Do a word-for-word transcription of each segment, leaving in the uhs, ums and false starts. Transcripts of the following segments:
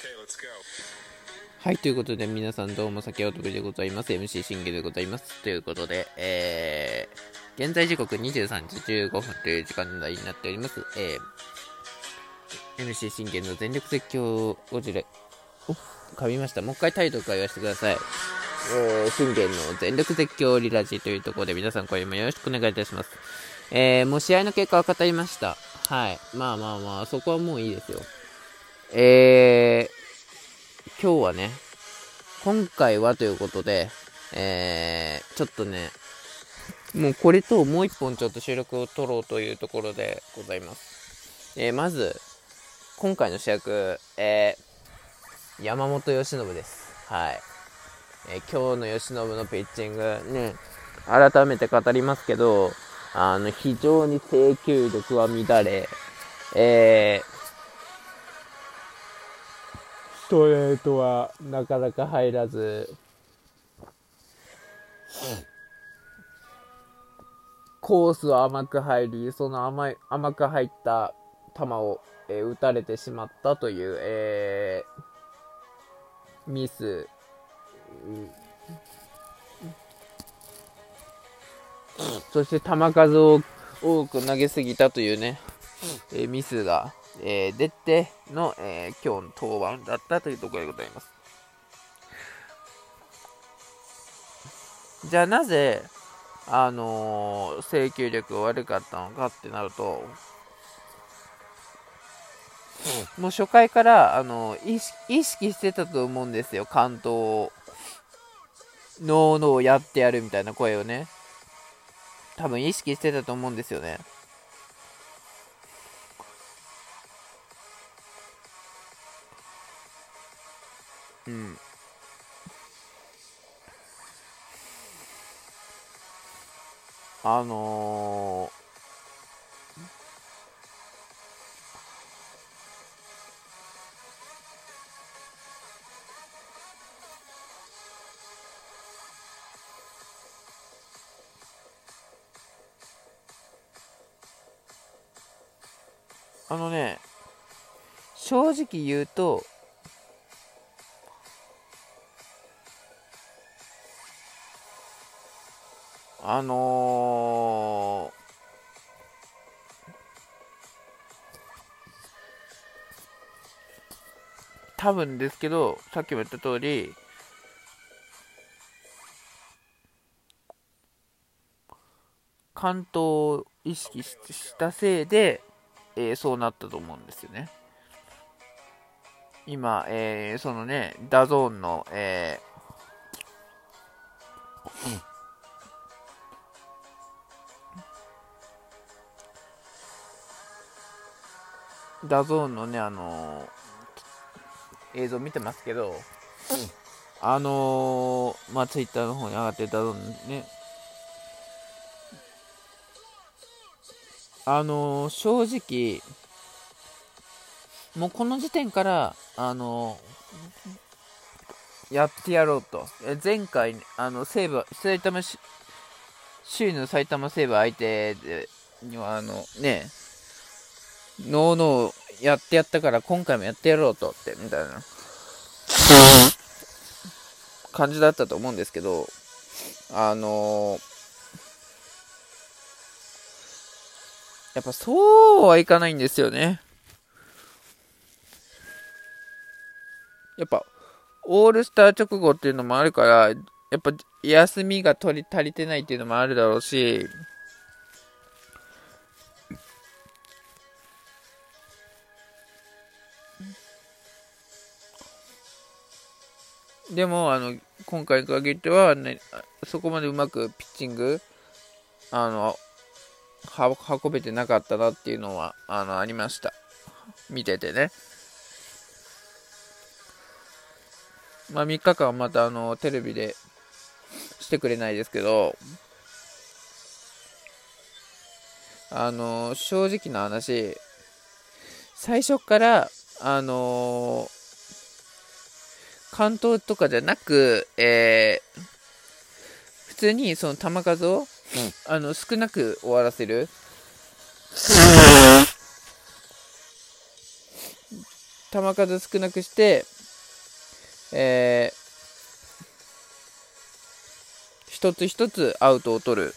はい、ということで皆さんどうも先ほどぶりでございます。 エムシー 信玄でございます。ということで、えー、現在時刻にじゅうさんじじゅうごふんという時間帯になっております。えー、エムシー 信玄の全力絶叫ゴジラ、お噛みました。もう一回タイトルから言わせてください。えー、信玄の全力絶叫リラジというところで皆さん今夜もよろしくお願いいたします。えー、もう試合の結果は語りました。はい。まあまあまあ、そこはもういいですよ。えー、今日はね、今回はということで、えー、ちょっとね、もうこれともう一本ちょっと収録を取ろうというところでございます。えー、まず、今回の主役、えー、山本由伸です。はい。えー、今日の由伸のピッチングね、改めて語りますけど、あの、非常に制球力は乱れ、えー、ストレートはなかなか入らず、コースは甘く入り、その甘い甘く入った球を、えー、打たれてしまったという、えー、ミス、そして球数を多く投げすぎたというね、えー、ミスが、えー、出ての、えー、今日の登板だったというところでございます。じゃあなぜ、あのー、制球力が悪かったのかってなると、もう初回から、あのー、意識、意識してたと思うんですよ。完投をノーノーやってやるみたいな声をね、多分意識してたと思うんですよね。うん。あのー、あのね、正直言うと、あのー、多分ですけど、さっきも言った通り、関東を意識したせいで、えー、そうなったと思うんですよね。今、えー、そのね、ダゾーンの、えー、ダゾーンのね、あのー、映像見てますけど、あのー、まあ、ツイッターの方に上がってるダゾーンね、あのー、正直、もうこの時点から、あのー、やってやろうと。前回、あの、西武、埼玉市、首位の埼玉西武相手でには、あの、ね、ノーノーやってやったから今回もやってやろうとって、みたいな感じだったと思うんですけど、あのー、やっぱそうはいかないんですよね。やっぱオールスター直後っていうのもあるから、やっぱ休みが取り足りてないっていうのもあるだろうし、でもあの今回に限っては、ね、そこまでうまくピッチングあのは運べてなかったなっていうのはあのありました。見ててね。まあみっかかんまたあのテレビでしてくれないですけど、あの正直な話、最初からあの関東とかじゃなく、えー、普通にその球数を、うん、あの少なく終わらせる、球数少なくして、 えー、一つ一つアウトを取る。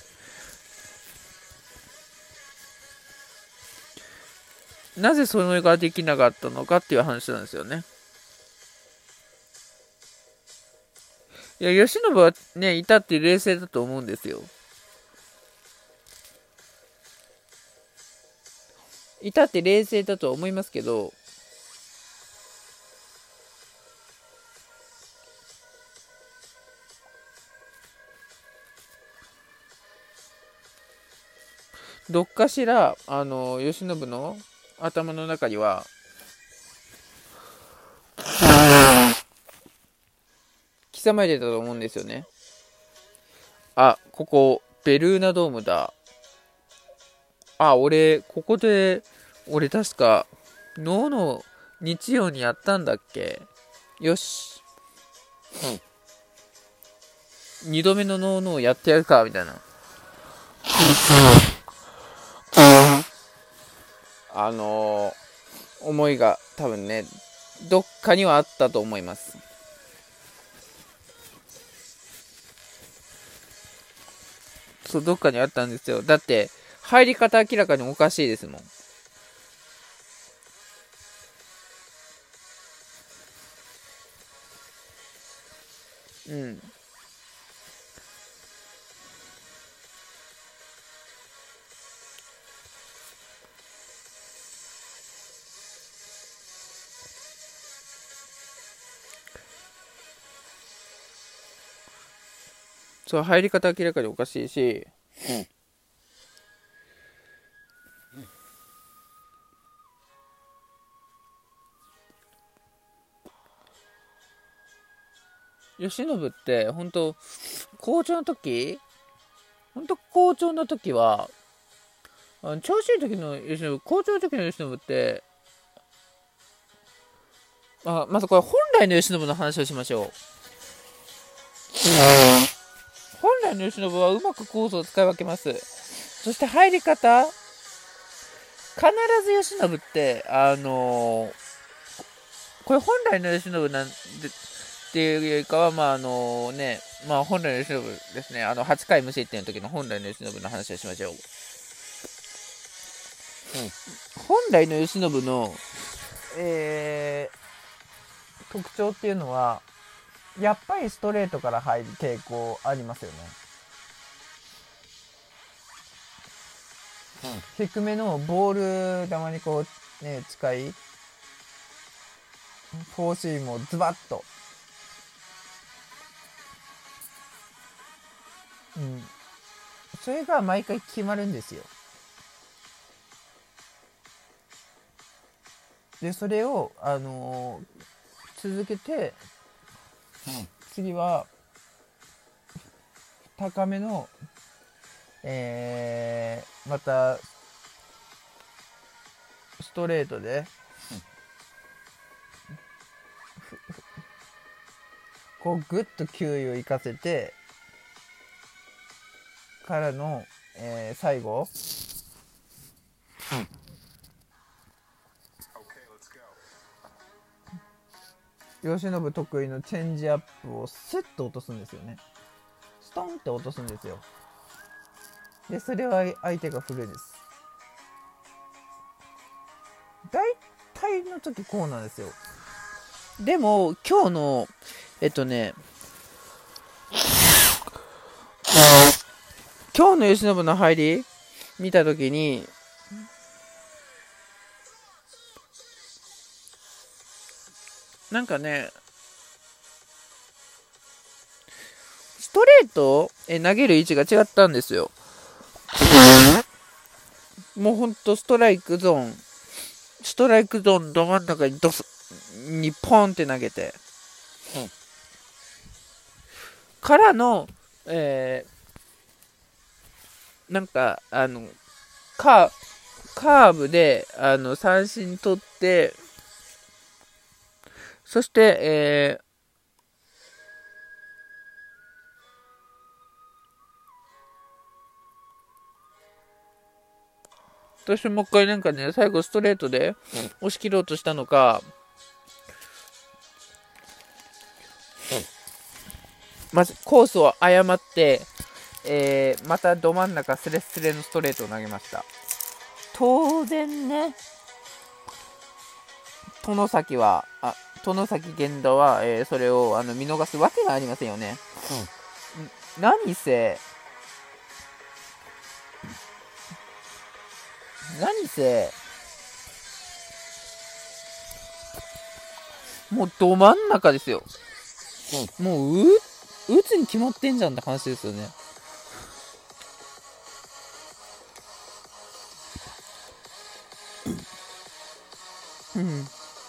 なぜそれができなかったのかっていう話なんですよね。いや、慶喜はね、いたって冷静だと思うんですよ。いたって冷静だと思いますけど、どっかしら、あの、慶喜の頭の中には、刻まれてたと思うんですよね。あ、ここ、ベルーナドームだ。あ、俺、ここで、俺確か、脳の日曜にやったんだっけ。よし。うん。二度目の脳のやってやるか、みたいな。あのー、思いが多分ね、どっかにはあったと思います。そう、どっかにあったんですよ。だって、入り方明らかにおかしいですもん。うん。そう、入り方明らかにおかしいし、慶喜って本当校長の時本当校長の時はあの調子いい時の慶喜校長の時の慶喜ってあまずこれ本来の慶喜の話をしましょう。本来の慶喜はうまくコースを使い分けます。そして入り方必ず慶喜ってあのー、これ本来の慶喜なんでっていうよりかは、まああのね、まあ本来の慶喜ですね、あのはちかい無失点の時の本来の慶喜の話をしましょう。うん、本来の慶喜の、えー、特徴っていうのは、やっぱりストレートから入る傾向ありますよね。うん、低めのボール球にこう、ね、近い、フォーシームをズバッと。うん、それが毎回決まるんですよ。でそれを、あのー、続けて、うん、次は高めの、えー、またストレートで、うん、こうグッと球威を生かせてからの、えー、最後、うん、慶喜得意のチェンジアップをスッと落とすんですよね。ストンって落とすんですよ。でそれは相手が振るんです。大体の時こうなんですよ。でも今日のえっとね今日の慶喜の入り見た時になんかねストレートえ投げる位置が違ったんですよ。もうほんとストライクゾーンストライクゾーンど真ん中にドスにポンって投げて、うん、からの、えー、なんかあのカーカーブであの三振取ってそして、えーそしてもう一回なんかね最後ストレートで押し切ろうとしたのか、 まずコースを誤って、えー、またど真ん中スレスレのストレートを投げました。当然ね、外崎は、あ、外崎源田は、えー、それをあの見逃すわけがありませんよね。うん、何せ、何せ、もうど真ん中ですよ。うん、もう、う、打つに決まってんじゃんって話ですよね。うん。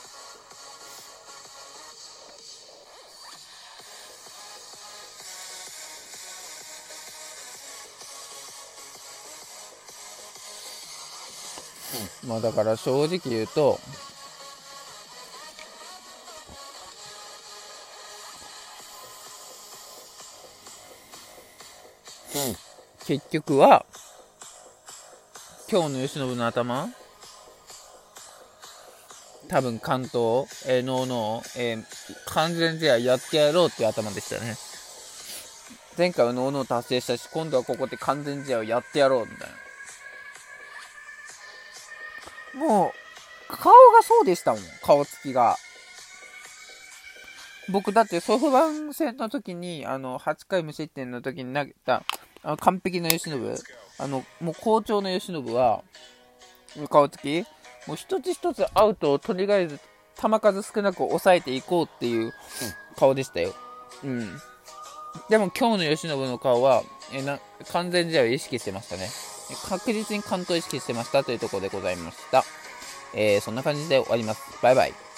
まあだから正直言うと、うん、結局は今日の由伸の頭、多分関東、えー、ノーノー、えー、完全試合やってやろうっていう頭でしたね。前回はノーノー達成したし、今度はここで完全試合をやってやろうみたいな。もう顔がそうでしたもん、顔つきが。僕だってソフトバンク戦の時に、あのはちかい無失点の時に投げたあの完璧な由伸、あのもう好調の由伸は顔つき、もう一つ一つアウトをとりあえず球数少なく抑えていこうっていう顔でしたよ。うん。でも今日の由伸の顔はえな完全試合を意識してましたね。確実に完投意識してましたというところでございました。えー、そんな感じで終わります。バイバイ。